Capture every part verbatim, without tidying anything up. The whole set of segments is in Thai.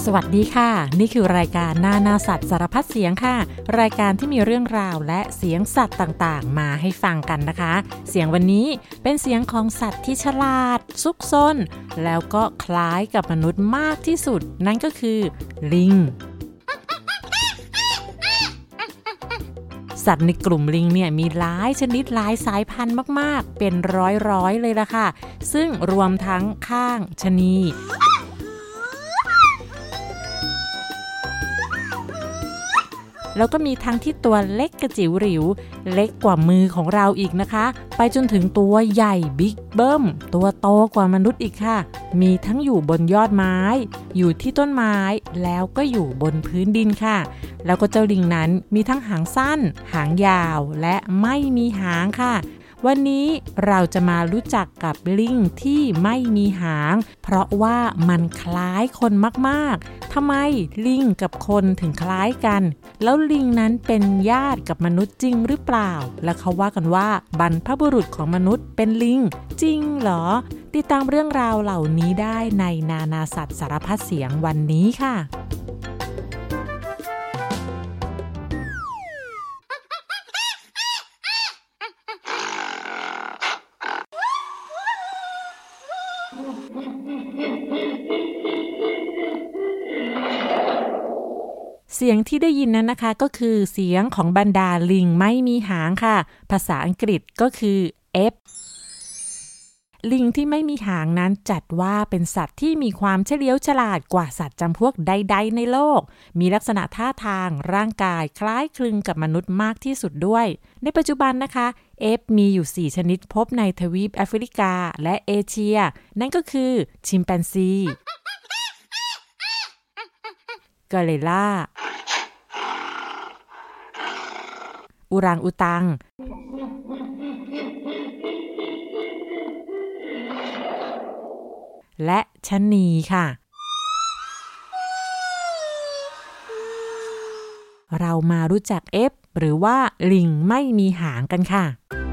วัสดีค่ะนี่คือรายการนานาสัตว์สารพัดเสียงค่ะรายการที่มีเรื่องราวและเสียงสัตว์ต่างๆมาให้ฟังกันนะคะเสียงวันนี้เป็นเสียงของสัตว์ที่ฉลาดซุกซนแล้วก็คล้ายกับมนุษย์มากที่สุดนั่นก็คือลิงสัตว์ในกลุ่มลิงเนี่ยมีหลายชนิดหลายสายพันธุ์มากๆเป็นร้อยๆเลยล่ะค่ะซึ่งรวมทั้งข้างชะนีแล้วก็มีทั้งที่ตัวเล็กกระจิ๋วหริวเล็กกว่ามือของเราอีกนะคะไปจนถึงตัวใหญ่บิ๊กเบิ้มตัวโตกว่ามนุษย์อีกค่ะมีทั้งอยู่บนยอดไม้อยู่ที่ต้นไม้แล้วก็อยู่บนพื้นดินค่ะแล้วก็เจ้าลิงนั้นมีทั้งหางสั้นหางยาวและไม่มีหางค่ะวันนี้เราจะมารู้จักกับลิงที่ไม่มีหางเพราะว่ามันคล้ายคนมากๆทำไมลิงกับคนถึงคล้ายกันแล้วลิงนั้นเป็นญาติกับมนุษย์จริงหรือเปล่าและเขาว่ากันว่าบรรพบุรุษของมนุษย์เป็นลิงจริงเหรอติดตามเรื่องราวเหล่านี้ได้ในนานาสัตว์สารพัดเสียงวันนี้ค่ะเสียงที่ได้ยินนั้นนะคะก็คือเสียงของบรรดาลิงไม่มีหางค่ะภาษาอังกฤษก็คือ F ลิงที่ไม่มีหางนั้นจัดว่าเป็นสัตว์ที่มีความเฉลียวฉลาดกว่าสัตว์จำพวกใดๆในโลกมีลักษณะท่าทางร่างกายคล้ายคลึงกับมนุษย์มากที่สุดด้วยในปัจจุบันนะคะ F มีอยู่สี่ชนิดพบในทวีปแอฟริกาและเอเชียนั่นก็คือชิมแปนซีกอริลลาอูรังอูตังและชะนีค่ะเรามารู้จัก F หรือว่าลิงไม่มีหางกันค่ะ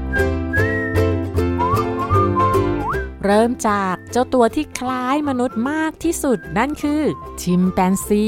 เริ่มจากเจ้าตัวที่คล้ายมนุษย์มากที่สุดนั่นคือชิมแปนซี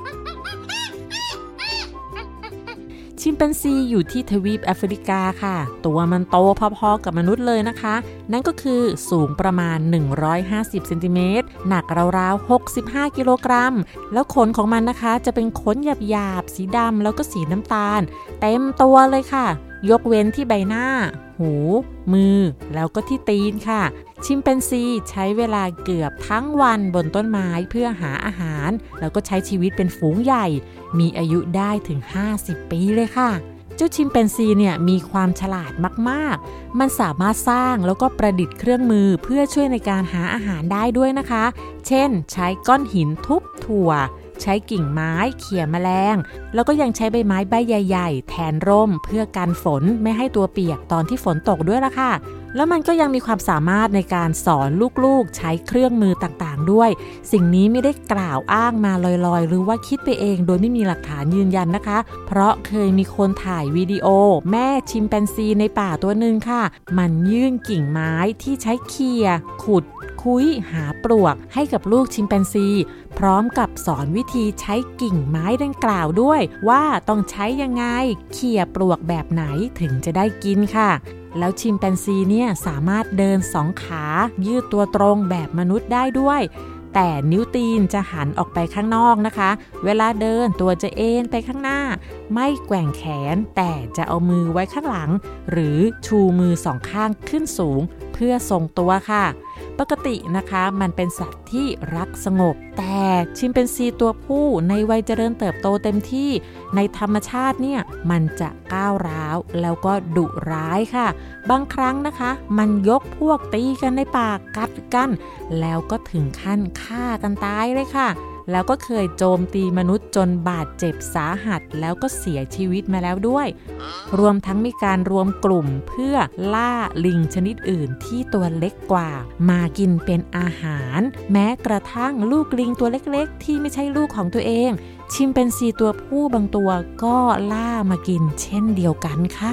ชิมแปนซีอยู่ที่ทวีปแอฟริกาค่ะตัวมันโตพอๆกับมนุษย์เลยนะคะนั่นก็คือสูงประมาณหนึ่งร้อยห้าสิบเซนติเมตรหนักราวๆหกสิบห้ากิโลกรัมแล้วขนของมันนะคะจะเป็นขนหยาบๆสีดำแล้วก็สีน้ำตาลเต็มตัวเลยค่ะยกเว้นที่ใบหน้าหูมือแล้วก็ที่ตีนค่ะชิมแปนซีใช้เวลาเกือบทั้งวันบนต้นไม้เพื่อหาอาหารแล้วก็ใช้ชีวิตเป็นฝูงใหญ่มีอายุได้ถึงห้าสิบปีเลยค่ะเจ้าชิมแปนซีเนี่ยมีความฉลาดมากๆมันสามารถสร้างแล้วก็ประดิษฐ์เครื่องมือเพื่อช่วยในการหาอาหารได้ด้วยนะคะเช่นใช้ก้อนหินทุบถั่วใช้กิ่งไม้เขี่ยแมลงแล้วก็ยังใช้ใบไม้ใบใหญ่ๆแทนร่มเพื่อกันฝนไม่ให้ตัวเปียกตอนที่ฝนตกด้วยล่ะค่ะแล้วมันก็ยังมีความสามารถในการสอนลูกๆใช้เครื่องมือต่างๆด้วยสิ่งนี้ไม่ได้กล่าวอ้างมาลอยๆหรือว่าคิดไปเองโดยไม่มีหลักฐานยืนยันนะคะเพราะเคยมีคนถ่ายวิดีโอแม่ชิมแปนซีในป่าตัวนึงค่ะมันยื่นกิ่งไม้ที่ใช้เขี่ยขุดคุยหาปลวกให้กับลูกชิมแปนซีพร้อมกับสอนวิธีใช้กิ่งไม้ดังกล่าวด้วยว่าต้องใช้ยังไงเขี่ยปลวกแบบไหนถึงจะได้กินค่ะแล้วชิมแปนซีเนี่ยสามารถเดินสองขายืดตัวตรงแบบมนุษย์ได้ด้วยแต่นิ้วตีนจะหันออกไปข้างนอกนะคะเวลาเดินตัวจะเอ็นไปข้างหน้าไม่แกว่งแขนแต่จะเอามือไว้ข้างหลังหรือชูมือสองข้างขึ้นสูงเพื่อทรงตัวค่ะปกตินะคะมันเป็นสัตว์ที่รักสงบแต่ชิมแปนซีตัวผู้ในวัยเจริญเติบโตเต็มที่ในธรรมชาติเนี่ยมันจะก้าวร้าวแล้วก็ดุร้ายค่ะบางครั้งนะคะมันยกพวกตีกันในป่ากัดกันแล้วก็ถึงขั้นฆ่ากันตายเลยค่ะแล้วก็เคยโจมตีมนุษย์จนบาดเจ็บสาหัสแล้วก็เสียชีวิตมาแล้วด้วยรวมทั้งมีการรวมกลุ่มเพื่อล่าลิงชนิดอื่นที่ตัวเล็กกว่ามากินเป็นอาหารแม้กระทั่งลูกลิงตัวเล็กๆที่ไม่ใช่ลูกของตัวเองชิมแปนซีตัวผู้บางตัวก็ล่ามากินเช่นเดียวกันค่ะ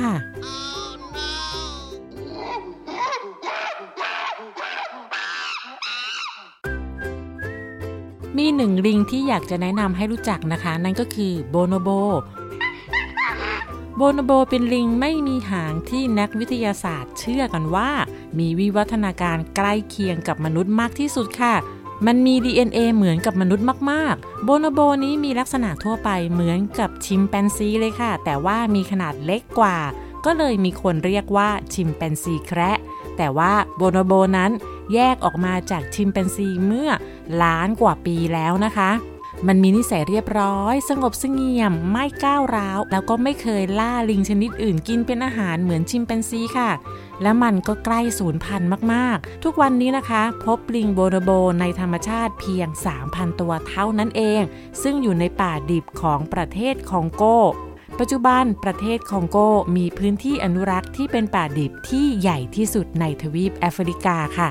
นมีหนึ่งลิงที่อยากจะแนะนำให้รู้จักนะคะนั่นก็คือโบโนโบโบโนโบเป็นลิงไม่มีหางที่นักวิทยาศาสตร์เชื่อกันว่ามีวิวัฒนาการใกล้เคียงกับมนุษย์มากที่สุดค่ะมันมี ดี เอ็น เอ เหมือนกับมนุษย์มากๆโบโนโบนี้มีลักษณะทั่วไปเหมือนกับชิมแปนซีเลยค่ะแต่ว่ามีขนาดเล็กกว่าก็เลยมีคนเรียกว่าชิมแปนซีแคระแต่ว่าโบโนโบนั้นแยกออกมาจากชิมแปนซีเมื่อล้านกว่าปีแล้วนะคะมันมีนิสัยเรียบร้อยสงบเสงี่ยมไม่ก้าวร้าวแล้วก็ไม่เคยล่าลิงชนิดอื่นกินเป็นอาหารเหมือนชิมแปนซีค่ะและมันก็ใกล้สูญพันธุ์มากๆทุกวันนี้นะคะพบลิงโบโนโบในธรรมชาติเพียง สามพัน ตัวเท่านั้นเองซึ่งอยู่ในป่าดิบของประเทศคองโกปัจจุบันประเทศคองโกมีพื้นที่อนุรักษ์ที่เป็นป่าดิบที่ใหญ่ที่สุดในทวีปแอฟริกาค่ะ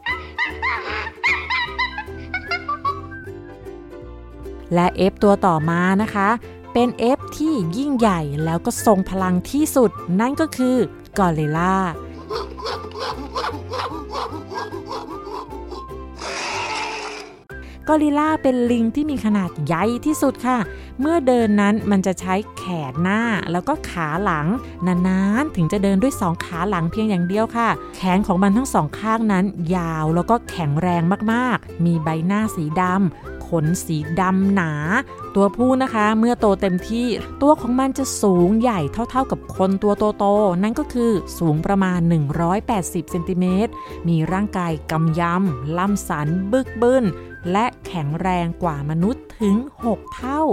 และเอฟตัวต่อมานะคะเป็นเอฟที่ยิ่งใหญ่แล้วก็ทรงพลังที่สุดนั่นก็คือกอริลลากอริลลาเป็นลิงที่มีขนาดใหญ่ที่สุดค่ะเมื่อเดินนั้นมันจะใช้แขนหน้าแล้วก็ขาหลังนานๆถึงจะเดินด้วยสองขาหลังเพียงอย่างเดียวค่ะแขนของมันทั้งสองข้างนั้นยาวแล้วก็แข็งแรงมากๆมีใบหน้าสีดำขนสีดำหนาตัวผู้นะคะเมื่อโตเต็มที่ตัวของมันจะสูงใหญ่เท่าๆกับคนตัวโตๆนั่นก็คือสูงประมาณหนึ่งร้อยแปดสิบเซนติเมตรมีร่างกายกำยำล่ำสันบึกบึนและแข็งแรงกว่ามนุษย์ถึงหกเท่า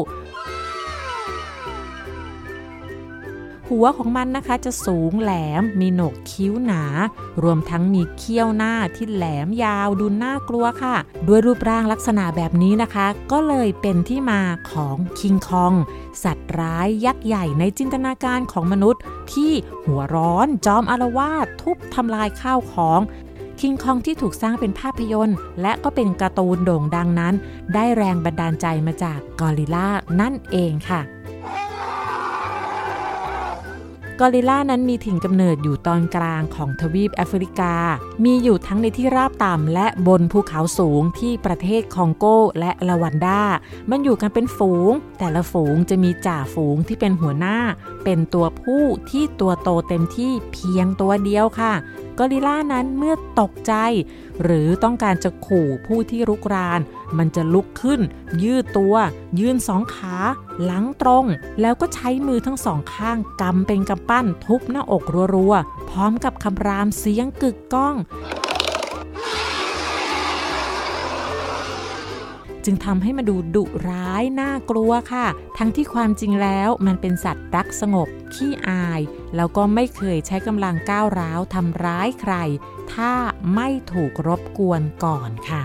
หัวของมันนะคะจะสูงแหลมมีโหนกคิ้วหนารวมทั้งมีเขี้ยวหน้าที่แหลมยาวดูน่ากลัวค่ะด้วยรูปร่างลักษณะแบบนี้นะคะก็เลยเป็นที่มาของคิงคองสัตว์ร้ายยักษ์ใหญ่ในจินตนาการของมนุษย์ที่หัวร้อนจอมอาละวาดทุบทำลายข้าวของคิงคองที่ถูกสร้างเป็นภาพยนตร์และก็เป็นการ์ตูนโด่งดังนั้นได้แรงบันดาลใจมาจากกอริลลานั่นเองค่ะกอริลลานั้นมีถิ่นกำเนิดอยู่ตอนกลางของทวีปแอฟริกามีอยู่ทั้งในที่ราบต่ำและบนภูเขาสูงที่ประเทศคองโกและรวันดามันอยู่กันเป็นฝูงแต่ละฝูงจะมีจ่าฝูงที่เป็นหัวหน้าเป็นตัวผู้ที่ตัวโตเต็มที่เพียงตัวเดียวค่ะกอริลลานั้นเมื่อตกใจหรือต้องการจะขู่ผู้ที่รุกรานมันจะลุกขึ้นยืดตัวยืนสองขาหลังตรงแล้วก็ใช้มือทั้งสองข้างกำเป็นกำปั้นทุบหน้าอกรัวๆพร้อมกับคำรามเสียงกึกก้องจึงทำให้มันดูดุร้ายน่ากลัวค่ะทั้งที่ความจริงแล้วมันเป็นสัตว์รักสงบขี้อายแล้วก็ไม่เคยใช้กำลังก้าวร้าวทำร้ายใครถ้าไม่ถูกรบกวนก่อนค่ะ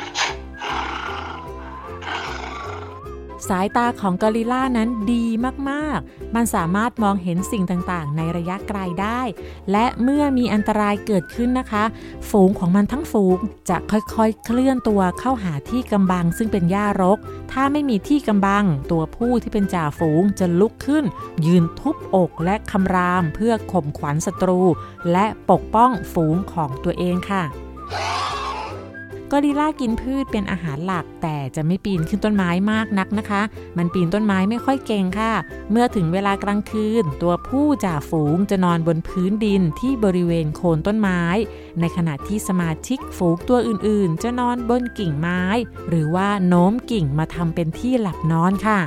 สายตาของกอริลลานั้นดีมากๆมันสามารถมองเห็นสิ่งต่างๆในระยะไกลได้และเมื่อมีอันตรายเกิดขึ้นนะคะฝูงของมันทั้งฝูงจะค่อยๆเคลื่อนตัวเข้าหาที่กำบังซึ่งเป็นหญ้ารกถ้าไม่มีที่กำบังตัวผู้ที่เป็นจ่าฝูงจะลุกขึ้นยืนทุบอกและคำรามเพื่อข่มขวัญศัตรูและปกป้องฝูงของตัวเองค่ะกอริลลากินพืชเป็นอาหารหลักแต่จะไม่ปีนขึ้นต้นไม้มากนักนะคะมันปีนต้นไม้ไม่ค่อยเก่งค่ะเมื่อถึงเวลากลางคืนตัวผู้จ่าฝูงจะนอนบนพื้นดินที่บริเวณโคนต้นไม้ในขณะที่สมาชิกฝูงตัวอื่นๆจะนอนบนกิ่งไม้หรือว่าโน้มกิ่งมาทำเป็นที่หลับนอนค่ะ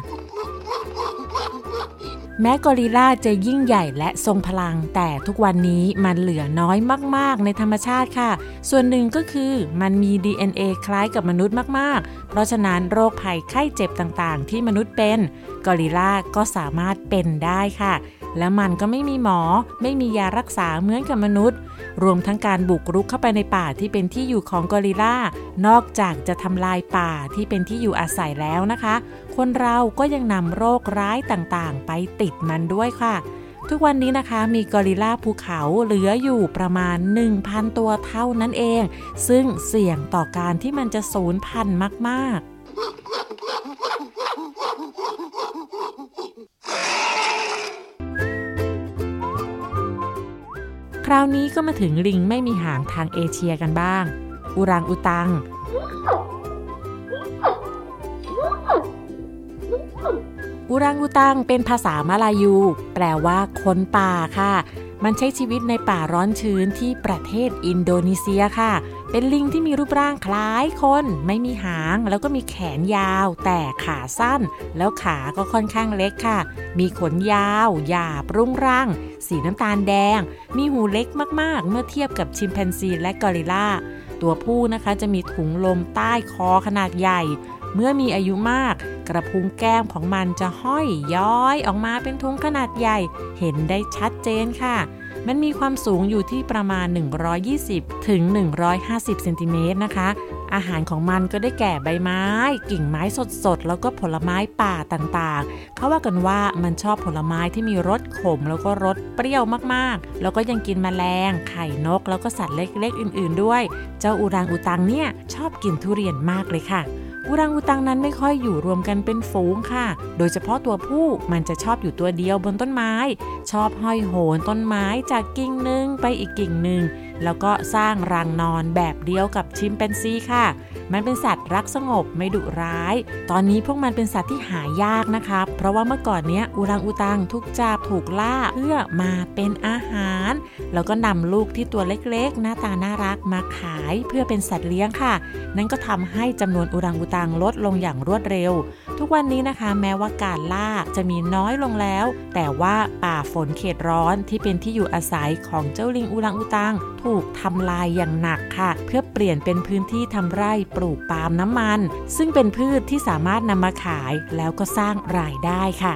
แม้กอริลลาจะยิ่งใหญ่และทรงพลังแต่ทุกวันนี้มันเหลือน้อยมากๆในธรรมชาติค่ะส่วนหนึ่งก็คือมันมี ดี เอ็น เอ คล้ายกับมนุษย์มากๆเพราะฉะนั้นโรคภัยไข้เจ็บต่างๆที่มนุษย์เป็นกอริลลาก็สามารถเป็นได้ค่ะและมันก็ไม่มีหมอไม่มียารักษาเหมือนกับมนุษย์รวมทั้งการบุกรุกเข้าไปในป่าที่เป็นที่อยู่ของกอริลลานอกจากจะทำลายป่าที่เป็นที่อยู่อาศัยแล้วนะคะคนเราก็ยังนำโรคร้ายต่างๆไปติดมันด้วยค่ะทุกวันนี้นะคะมีกอริลลาภูเขาเหลืออยู่ประมาณ หนึ่งพัน ตัวเท่านั้นเองซึ่งเสี่ยงต่อการที่มันจะสูญพันธุ์มากๆคราวนี้ก็มาถึงลิงไม่มีหางทางเอเชียกันบ้างอุรังอุตังรังอุตังเป็นภาษามลายูแปลว่าคนป่าค่ะมันใช้ชีวิตในป่าร้อนชื้นที่ประเทศอินโดนีเซียค่ะเป็นลิงที่มีรูปร่างคล้ายคนไม่มีหางแล้วก็มีแขนยาวแต่ขาสั้นแล้วขาก็ค่อนข้างเล็กค่ะมีขนยาวหยาบรุงรังสีน้ำตาลแดงมีหูเล็กมากๆเมื่อเทียบกับชิมแปนซีและกอริลลาตัวผู้นะคะจะมีถุงลมใต้คอขนาดใหญ่เมื่อมีอายุมากกระพุ้งแก้มของมันจะห้อยย้อยออกมาเป็นถุงขนาดใหญ่เห็นได้ชัดเจนค่ะมันมีความสูงอยู่ที่ประมาณหนึ่งร้อยยี่สิบถึงหนึ่งร้อยห้าสิบเซนติเมตรนะคะอาหารของมันก็ได้แก่ใบไม้กิ่งไม้สดๆแล้วก็ผลไม้ป่าต่างๆเขาว่ากันว่ามันชอบผลไม้ที่มีรสขมแล้วก็รสเปรี้ยวมากๆแล้วก็ยังกินแมลงไข่นกแล้วก็สัตว์เล็กๆอื่นๆด้วยเจ้าอูรังอูตังเนี่ยชอบกินทุเรียนมากเลยค่ะอูรังอูตังนั้นไม่ค่อยอยู่รวมกันเป็นฝูงค่ะโดยเฉพาะตัวผู้มันจะชอบอยู่ตัวเดียวบนต้นไม้ชอบห้อยโหนต้นไม้จากกิ่งหนึ่งไปอีกกิ่งหนึ่งแล้วก็สร้างรังนอนแบบเดียวกับชิมแปนซีค่ะมันเป็นสัตว์รักสงบไม่ดุร้ายตอนนี้พวกมันเป็นสัตว์ที่หายากนะคะเพราะว่าเมื่อก่อนเนี้ยอูรังอูตังถูกจับถูกล่าเพื่อมาเป็นอาหารแล้วก็นำลูกที่ตัวเล็กๆหน้าตาน่ารักมาขายเพื่อเป็นสัตว์เลี้ยงค่ะนั่นก็ทำให้จำนวนอูรังอูตังลดลงอย่างรวดเร็วทุกวันนี้นะคะแม้ว่าการล่าจะมีน้อยลงแล้วแต่ว่าป่าฝนเขตร้อนที่เป็นที่อยู่อาศัยของเจ้าลิงอูรังอูตังถูกทำลายอย่างหนักค่ะเพื่อเปลี่ยนเป็นพื้นที่ทำไร่ปลูกปาล์มน้ำมันซึ่งเป็นพืชที่สามารถนำมาขายแล้วก็สร้างรายได้ค่ะ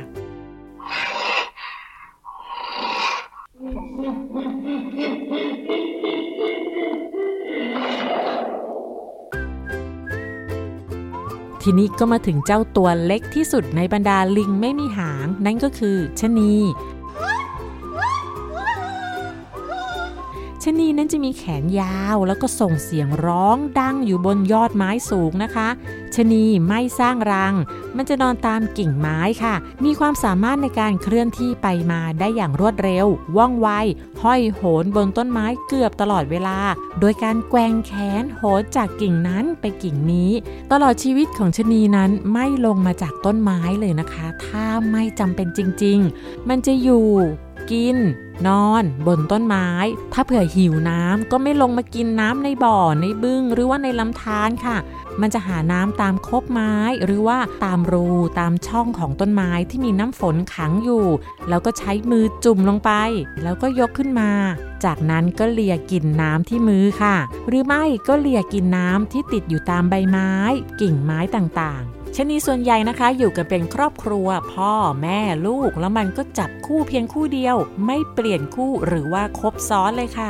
ทีนี้ก็มาถึงเจ้าตัวเล็กที่สุดในบรรดาลิงไม่มีหางนั่นก็คือชะนีชะนีนั้นจะมีแขนยาวแล้วก็ส่งเสียงร้องดังอยู่บนยอดไม้สูงนะคะชะนีไม่สร้างรังมันจะนอนตามกิ่งไม้ค่ะมีความสามารถในการเคลื่อนที่ไปมาได้อย่างรวดเร็วว่องไวห้อยโหนบนต้นไม้เกือบตลอดเวลาโดยการแกว่งแขนโหนจากกิ่งนั้นไปกิ่งนี้ตลอดชีวิตของชะนีนั้นไม่ลงมาจากต้นไม้เลยนะคะถ้าไม่จำเป็นจริงๆมันจะอยู่กินนอนบนต้นไม้ถ้าเผื่อหิวน้ำก็ไม่ลงมากินน้ำในบ่อในบึ้งหรือว่าในลำธารค่ะมันจะหาน้ำตามคบไม้หรือว่าตามรูตามช่องของต้นไม้ที่มีน้ำฝนขังอยู่แล้วก็ใช้มือจุ่มลงไปแล้วก็ยกขึ้นมาจากนั้นก็เลียกินน้ำที่มือค่ะหรือไม่ก็เลียกินน้ำที่ติดอยู่ตามใบไม้กิ่งไม้ต่างๆชะนีส่วนใหญ่นะคะอยู่กันเป็นครอบครัวพ่อแม่ลูกแล้วมันก็จับคู่เพียงคู่เดียวไม่เปลี่ยนคู่หรือว่าคบซ้อนเลยค่ะ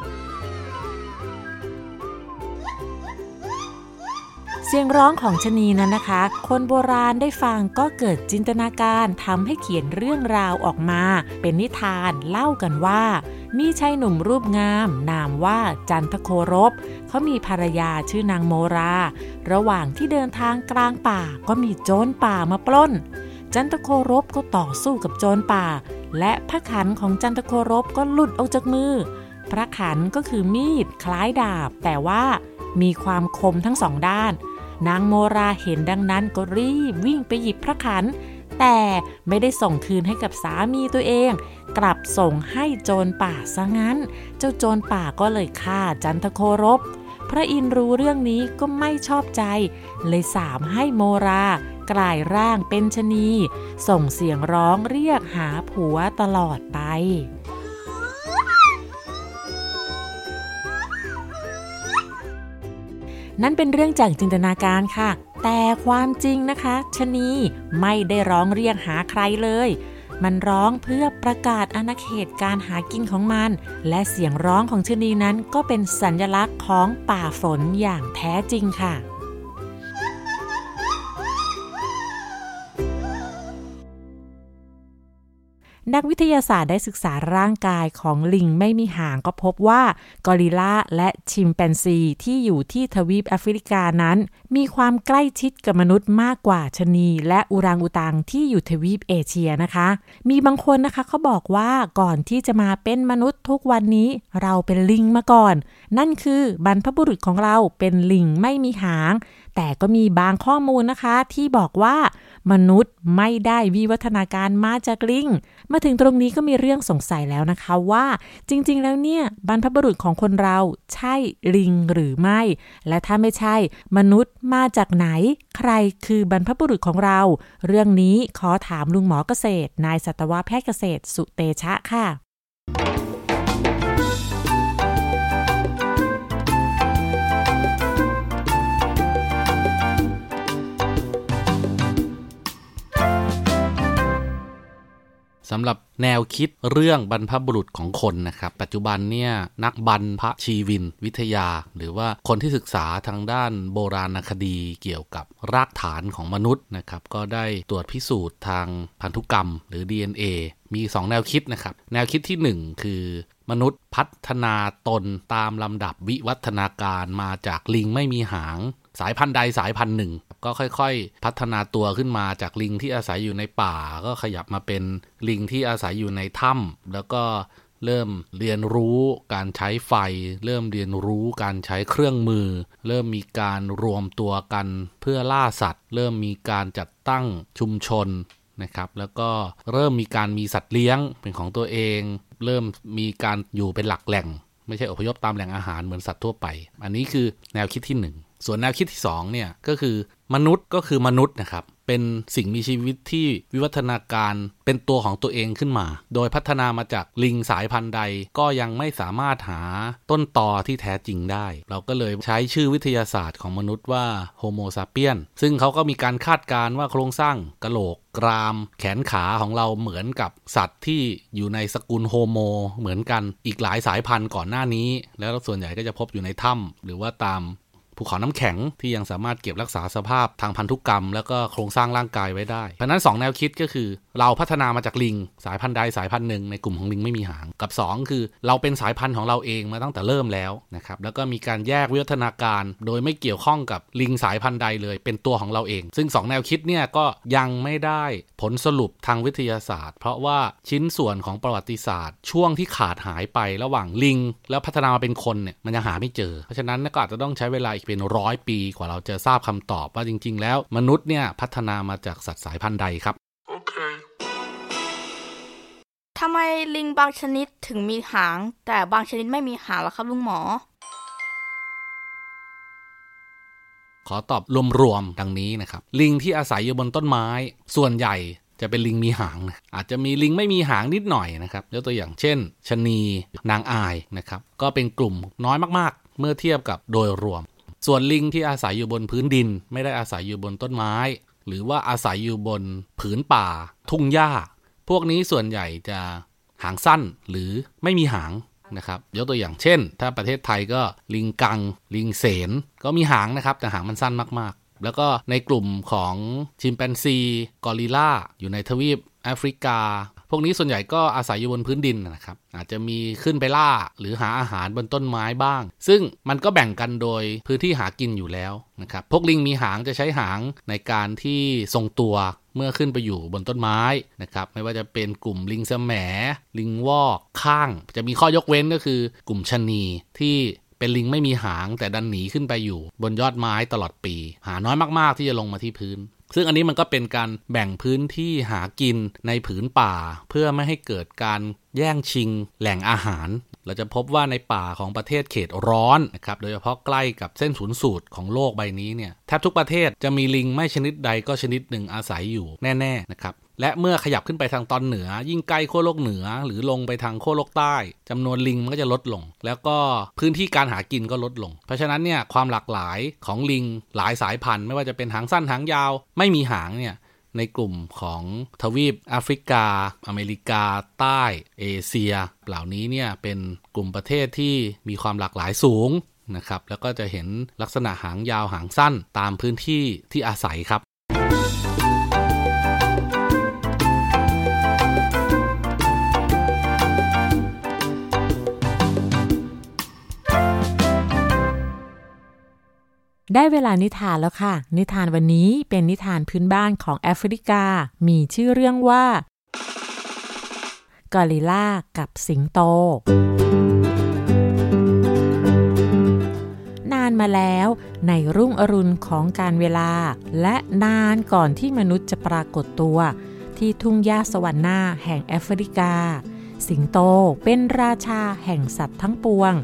เสียงร้องของชะนีนั้นนะคะคนโบราณได้ฟังก็เกิดจินตนาการทำให้เขียนเรื่องราวออกมาเป็นนิทานเล่ากันว่ามีชายหนุ่มรูปงามนามว่าจันทโครบเขามีภรรยาชื่อนางโมราระหว่างที่เดินทางกลางป่าก็มีโจรป่ามาปล้นจันทโครบก็ต่อสู้กับโจรป่าและพระขันของจันทโครบก็หลุดออกจากมือพระขันก็คือมีดคล้ายดาบแต่ว่ามีความคมทั้งสองด้านนางโมราเห็นดังนั้นก็รีบวิ่งไปหยิบพระขันแต่ไม่ได้ส่งคืนให้กับสามีตัวเองกลับส่งให้โจรป่าซะงั้นเจ้าโจรป่าก็เลยฆ่าจันทโครบพระอินทร์รู้เรื่องนี้ก็ไม่ชอบใจเลยสามให้โมรากลายร่างเป็นชะนีส่งเสียงร้องเรียกหาผัวตลอดไปนั่นเป็นเรื่องจากจินตนาการค่ะแต่ความจริงนะคะชะนีไม่ได้ร้องเรียกหาใครเลยมันร้องเพื่อประกาศอาณาเขตการหากินของมันและเสียงร้องของชะนีนั้นก็เป็นสัญลักษณ์ของป่าฝนอย่างแท้จริงค่ะ นักวิทยาศาสตร์ได้ศึกษาร่างกายของลิงไม่มีหางก็พบว่ากอริลลาและชิมแปนซีที่อยู่ที่ทวีปแอฟริกานั้นมีความใกล้ชิดกับมนุษย์มากกว่าชะนีและอูรังอูตังที่อยู่ทวีปเอเชียนะคะมีบางคนนะคะเขาบอกว่าก่อนที่จะมาเป็นมนุษย์ทุกวันนี้เราเป็นลิงมาก่อนนั่นคือบรรพบุรุษของเราเป็นลิงไม่มีหางแต่ก็มีบางข้อมูลนะคะที่บอกว่ามนุษย์ไม่ได้วิวัฒนาการมาจากลิงมาถึงตรงนี้ก็มีเรื่องสงสัยแล้วนะคะว่าจริงๆแล้วเนี่ยบรรพบุรุษของคนเราใช่ลิงหรือไม่และถ้าไม่ใช่มนุษย์มาจากไหนใครคือบรรพบุรุษของเราเรื่องนี้ขอถามลุงหมอเกษตรนายสัตวแพทย์เกษตรสุเตชะค่ะสำหรับแนวคิดเรื่องบรรพบุรุษของคนนะครับปัจจุบันเนี่ยนักบรรพชีวินวิทยาหรือว่าคนที่ศึกษาทางด้านโบราณคดีเกี่ยวกับรากฐานของมนุษย์นะครับก็ได้ตรวจพิสูจน์ทางพันธุกรรมหรือ ดี เอ็น เอ มีสองแนวคิดนะครับแนวคิดที่หนึ่งคือมนุษย์พัฒนาตนตามลำดับวิวัฒนาการมาจากลิงไม่มีหางสายพันธุ์ใดสายพันธุ์หนึ่งก็ค่อยๆพัฒนาตัวขึ้นมาจากลิงที่อาศัยอยู่ในป่าก็ขยับมาเป็นลิงที่อาศัยอยู่ในถ้ำแล้วก็เริ่มเรียนรู้การใช้ไฟเริ่มเรียนรู้การใช้เครื่องมือเริ่มมีการรวมตัวกันเพื่อล่าสัตว์เริ่มมีการจัดตั้งชุมชนนะครับแล้วก็เริ่มมีการมีสัตว์เลี้ยงเป็นของตัวเองเริ่มมีการอยู่เป็นหลักแหล่งไม่ใช่อพยพตามแหล่งอาหารเหมือนสัตว์ทั่วไปอันนี้คือแนวคิดที่หนึ่งส่วนแนวคิดที่สองเนี่ยก็คือมนุษย์ก็คือมนุษย์นะครับเป็นสิ่งมีชีวิตที่วิวัฒนาการเป็นตัวของตัวเองขึ้นมาโดยพัฒนามาจากลิงสายพันธุ์ใดก็ยังไม่สามารถหาต้นตอที่แท้จริงได้เราก็เลยใช้ชื่อวิทยาศาสตร์ของมนุษย์ว่าโฮโมซาเปียนซึ่งเขาก็มีการคาดการณ์ว่าโครงสร้างกะโหลกกรามแขนขาของเราเหมือนกับสัตว์ที่อยู่ในสกุลโฮโมเหมือนกันอีกหลายสายพันธุ์ก่อนหน้านี้แล้วส่วนใหญ่ก็จะพบอยู่ในถ้ำหรือว่าตามภูเขาน้ำแข็งที่ยังสามารถเก็บรักษาสภาพทางพันธุกรรมแล้วก็โครงสร้างร่างกายไว้ได้เพราะนั้นสองแนวคิดก็คือเราพัฒนามาจากลิงสายพันธุ์ใดสายพันธุ์หนึ่งในกลุ่มของลิงไม่มีหางกับสองคือเราเป็นสายพันธุ์ของเราเองมาตั้งแต่เริ่มแล้วนะครับแล้วก็มีการแยกวิวัฒนาการโดยไม่เกี่ยวข้องกับลิงสายพันธุ์ใดเลยเป็นตัวของเราเองซึ่งสองแนวคิดเนี่ยก็ยังไม่ได้ผลสรุปทางวิทยาศาสตร์เพราะว่าชิ้นส่วนของประวัติศาสตร์ช่วงที่ขาดหายไประหว่างลิงแล้วพัฒนามาเป็นคนเนี่ยมันยังหาไม่เจอเพราะฉะนั้นก็อาจจะต้องใช้เวลาอีกเป็นร้อยปีกว่าเราจะทราบคำตอบว่าจริงๆแล้วมนุษย์เนี่ยพัฒนามาจากสัตว์สายพันธุ์ใดครับโอเคทำไมลิงบางชนิดถึงมีหางแต่บางชนิดไม่มีหางล่ะครับลุงหมอขอตอบรวมๆดังนี้นะครับลิงที่อาศัยอยู่บนต้นไม้ส่วนใหญ่จะเป็นลิงมีหางอาจจะมีลิงไม่มีหางนิดหน่อยนะครับยกตัวอย่างเช่นชะนีนางอายนะครับก็เป็นกลุ่มน้อยมากๆเมื่อเทียบกับโดยรวมส่วนลิงที่อาศัยอยู่บนพื้นดินไม่ได้อาศัยอยู่บนต้นไม้หรือว่าอาศัยอยู่บนผืนป่าทุ่งหญ้าพวกนี้ส่วนใหญ่จะหางสั้นหรือไม่มีหางนะครับยกตัวอย่างเช่นถ้าประเทศไทยก็ลิงกังลิงเสนก็มีหางนะครับแต่หางมันสั้นมากๆแล้วก็ในกลุ่มของชิมแปนซีกอริลลาอยู่ในทวีปแอฟริกาพวกนี้ส่วนใหญ่ก็อาศัยอยู่บนพื้นดินนะครับอาจจะมีขึ้นไปล่าหรือหาอาหารบนต้นไม้บ้างซึ่งมันก็แบ่งกันโดยพื้นที่หากินอยู่แล้วนะครับพวกลิงมีหางจะใช้หางในการที่ทรงตัวเมื่อขึ้นไปอยู่บนต้นไม้นะครับไม่ว่าจะเป็นกลุ่มลิงแสมลิงวอกข้างจะมีข้อยกเว้นก็คือกลุ่มชะนีที่เป็นลิงไม่มีหางแต่ดันหนีขึ้นไปอยู่บนยอดไม้ตลอดปีหาน้อยมากๆที่จะลงมาที่พื้นซึ่งอันนี้มันก็เป็นการแบ่งพื้นที่หากินในผืนป่าเพื่อไม่ให้เกิดการแย่งชิงแหล่งอาหารเราจะพบว่าในป่าของประเทศเขตร้อนนะครับโดยเฉพาะใกล้กับเส้นศูนย์สูตรของโลกใบนี้เนี่ยแทบทุกประเทศจะมีลิงไม่ชนิดใดก็ชนิดหนึ่งอาศัยอยู่แน่ๆนะครับและเมื่อขยับขึ้นไปทางตอนเหนือยิ่งใกล้ขั้วโลกเหนือหรือลงไปทางขั้วโลกใต้จำนวนลิงมันก็จะลดลงแล้วก็พื้นที่การหากินก็ลดลงเพราะฉะนั้นเนี่ยความหลากหลายของลิงหลายสายพันธุ์ไม่ว่าจะเป็นหางสั้นหางยาวไม่มีหางเนี่ยในกลุ่มของทวีปแอฟริกาอเมริกาใต้เอเชียเหล่านี้เนี่ยเป็นกลุ่มประเทศที่มีความหลากหลายสูงนะครับแล้วก็จะเห็นลักษณะหางยาวหางสั้นตามพื้นที่ที่อาศัยครับได้เวลานิทานแล้วค่ะนิทานวันนี้เป็นนิทานพื้นบ้านของแอฟริกามีชื่อเรื่องว่ากอริลลากับสิงโตนานมาแล้วในรุ่งอรุณของการเวลาและนานก่อนที่มนุษย์จะปรากฏตัวที่ทุ่งหญ้าสวรรค์หน้าแห่งแอฟริกาสิงโตเป็นราชาแห่งสัตว์ทั้งปวง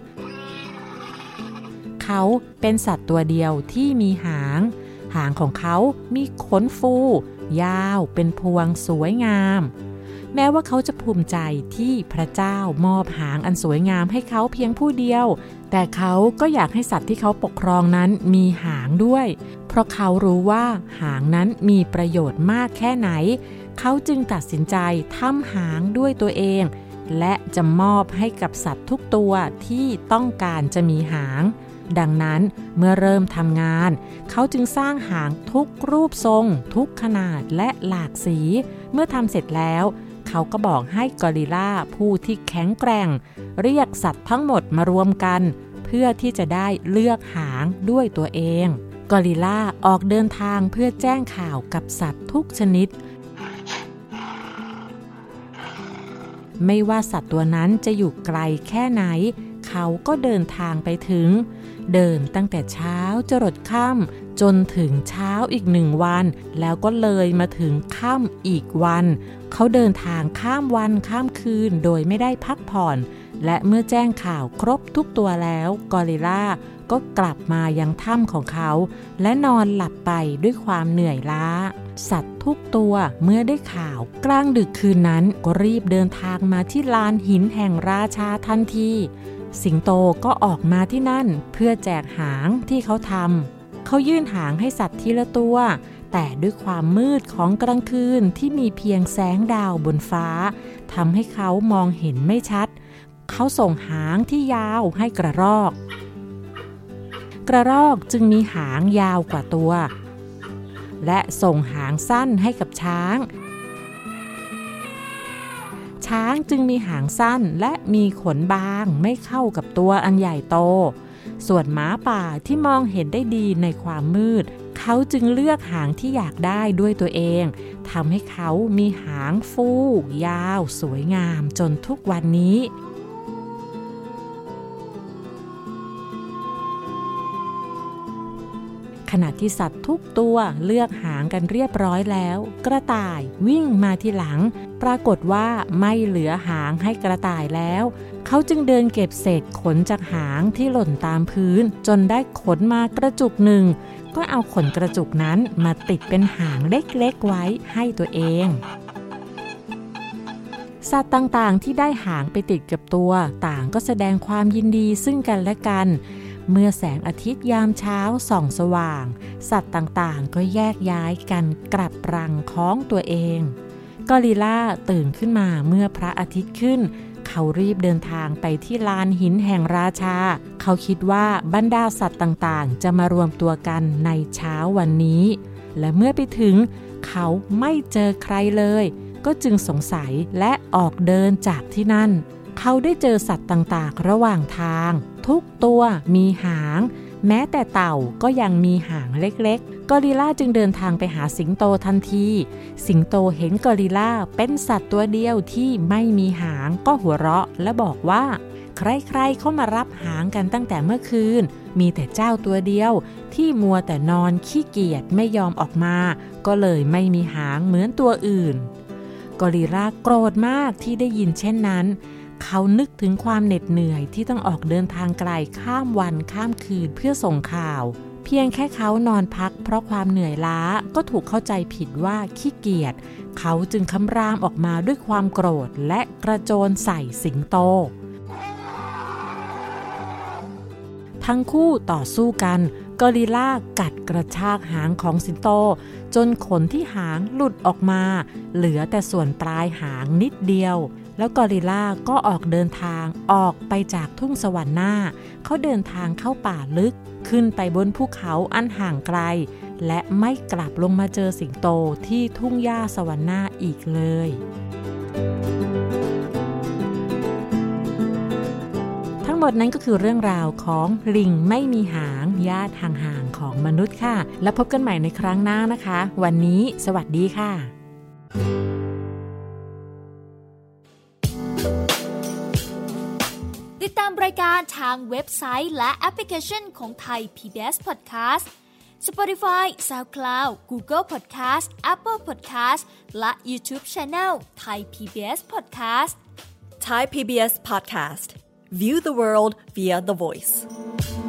เขาเป็นสัตว์ตัวเดียวที่มีหางหางของเขามีขนฟูยาวเป็นพวงสวยงามแม้ว่าเขาจะภูมิใจที่พระเจ้ามอบหางอันสวยงามให้เขาเพียงผู้เดียวแต่เขาก็อยากให้สัตว์ที่เขาปกครองนั้นมีหางด้วยเพราะเขารู้ว่าหางนั้นมีประโยชน์มากแค่ไหนเขาจึงตัดสินใจทำหางด้วยตัวเองและจะมอบให้กับสัตว์ทุกตัวที่ต้องการจะมีหางดังนั้นเมื่อเริ่มทำงานเขาจึงสร้างหางทุกรูปทรงทุกขนาดและหลากสีเมื่อทำเสร็จแล้วเขาก็บอกให้กอริลลาผู้ที่แข็งแกร่งเรียกสัตว์ทั้งหมดมารวมกันเพื่อที่จะได้เลือกหางด้วยตัวเองกอริลลาออกเดินทางเพื่อแจ้งข่าวกับสัตว์ทุกชนิดไม่ว่าสัตว์ตัวนั้นจะอยู่ไกลแค่ไหนเขาก็เดินทางไปถึงเดินตั้งแต่เช้าจรดค่ำจนถึงเช้าอีกหนึ่งวันแล้วก็เลยมาถึงค่ำอีกวันเขาเดินทางข้ามวันข้ามคืนโดยไม่ได้พักผ่อนและเมื่อแจ้งข่าวครบทุกตัวแล้วกอริลลาก็กลับมายังถ้ำของเขาและนอนหลับไปด้วยความเหนื่อยล้าสัตว์ทุกตัวเมื่อได้ข่าวกลางดึกคืนนั้นก็รีบเดินทางมาที่ลานหินแห่งราชาทันทีสิงโตก็ออกมาที่นั่นเพื่อแจกหางที่เขาทำเขายื่นหางให้สัตว์ทีละตัวแต่ด้วยความมืดของกลางคืนที่มีเพียงแสงดาวบนฟ้าทำให้เขามองเห็นไม่ชัดเขาส่งหางที่ยาวให้กระรอกกระรอกจึงมีหางยาวกว่าตัวและส่งหางสั้นให้กับช้างช้างจึงมีหางสั้นและมีขนบางไม่เข้ากับตัวอันใหญ่โตส่วนหมาป่าที่มองเห็นได้ดีในความมืดเขาจึงเลือกหางที่อยากได้ด้วยตัวเองทำให้เขามีหางฟูยาวสวยงามจนทุกวันนี้ขณะที่สัตว์ทุกตัวเลือกหางกันเรียบร้อยแล้วกระต่ายวิ่งมาทีหลังปรากฏว่าไม่เหลือหางให้กระต่ายแล้วเขาจึงเดินเก็บเศษขนจากหางที่หล่นตามพื้นจนได้ขนมากระจุกหนึ่งก็เอาขนกระจุกนั้นมาติดเป็นหางเล็กๆไว้ให้ตัวเองสัตว์ต่างๆที่ได้หางไปติดกับตัวต่างก็แสดงความยินดีซึ่งกันและกันเมื่อแสงอาทิตย์ยามเช้าส่องสว่างสัตว์ต่างๆก็แยกย้ายกันกลับรังของตัวเองกอริลลาตื่นขึ้นมาเมื่อพระอาทิตย์ขึ้นเขารีบเดินทางไปที่ลานหินแห่งราชาเขาคิดว่าบรรดาสัตว์ต่างๆจะมารวมตัวกันในเช้าวันนี้และเมื่อไปถึงเขาไม่เจอใครเลยก็จึงสงสัยและออกเดินจากที่นั่นเขาได้เจอสัตว์ต่างๆระหว่างทางทุกตัวมีหางแม้แต่เต่าก็ยังมีหางเล็กๆกอริลลาจึงเดินทางไปหาสิงโตทันทีสิงโตเห็นกอริลลาเป็นสัตว์ตัวเดียวที่ไม่มีหางก็หัวเราะและบอกว่าใครๆเข้ามารับหางกันตั้งแต่เมื่อคืนมีแต่เจ้าตัวเดียวที่มัวแต่นอนขี้เกียจไม่ยอมออกมาก็เลยไม่มีหางเหมือนตัวอื่นกอริลลาโกรธมากที่ได้ยินเช่นนั้นเขานึกถึงความเหน็ดเหนื่อยที่ต้องออกเดินทางไกลข้ามวันข้ามคืนเพื่อส่งข่าวเพียงแค่เขานอนพักเพราะความเหนื่อยล้าก็ถูกเข้าใจผิดว่าขี้เกียจเขาจึงคำรามออกมาด้วยความโกรธและกระโจนใส่สิงโตทั้งคู่ต่อสู้กันกอริลลากัดกระชากหางของสิงโตจนขนที่หางหลุดออกมาเหลือแต่ส่วนปลายหางนิดเดียวแล้วกอริลลาก็ออกเดินทางออกไปจากทุ่งสวรรค์หน้าเขาเดินทางเข้าป่าลึกขึ้นไปบนภูเขาอันห่างไกลและไม่กลับลงมาเจอสิงโตที่ทุ่งหญ้าสวรรค์หน้าอีกเลยทั้งหมดนั้นก็คือเรื่องราวของลิงไม่มีหางญาติห่างๆของมนุษย์ค่ะแล้วพบกันใหม่ในครั้งหน้านะคะวันนี้สวัสดีค่ะติดตามรายการทางเว็บไซต์และแอปพลิเคชันของไทย พี บี เอส Podcast Spotify, SoundCloud, Google Podcast, Apple Podcast และ YouTube Channel Thai พี บี เอส Podcast Thai พี บี เอส Podcast View the world via the voice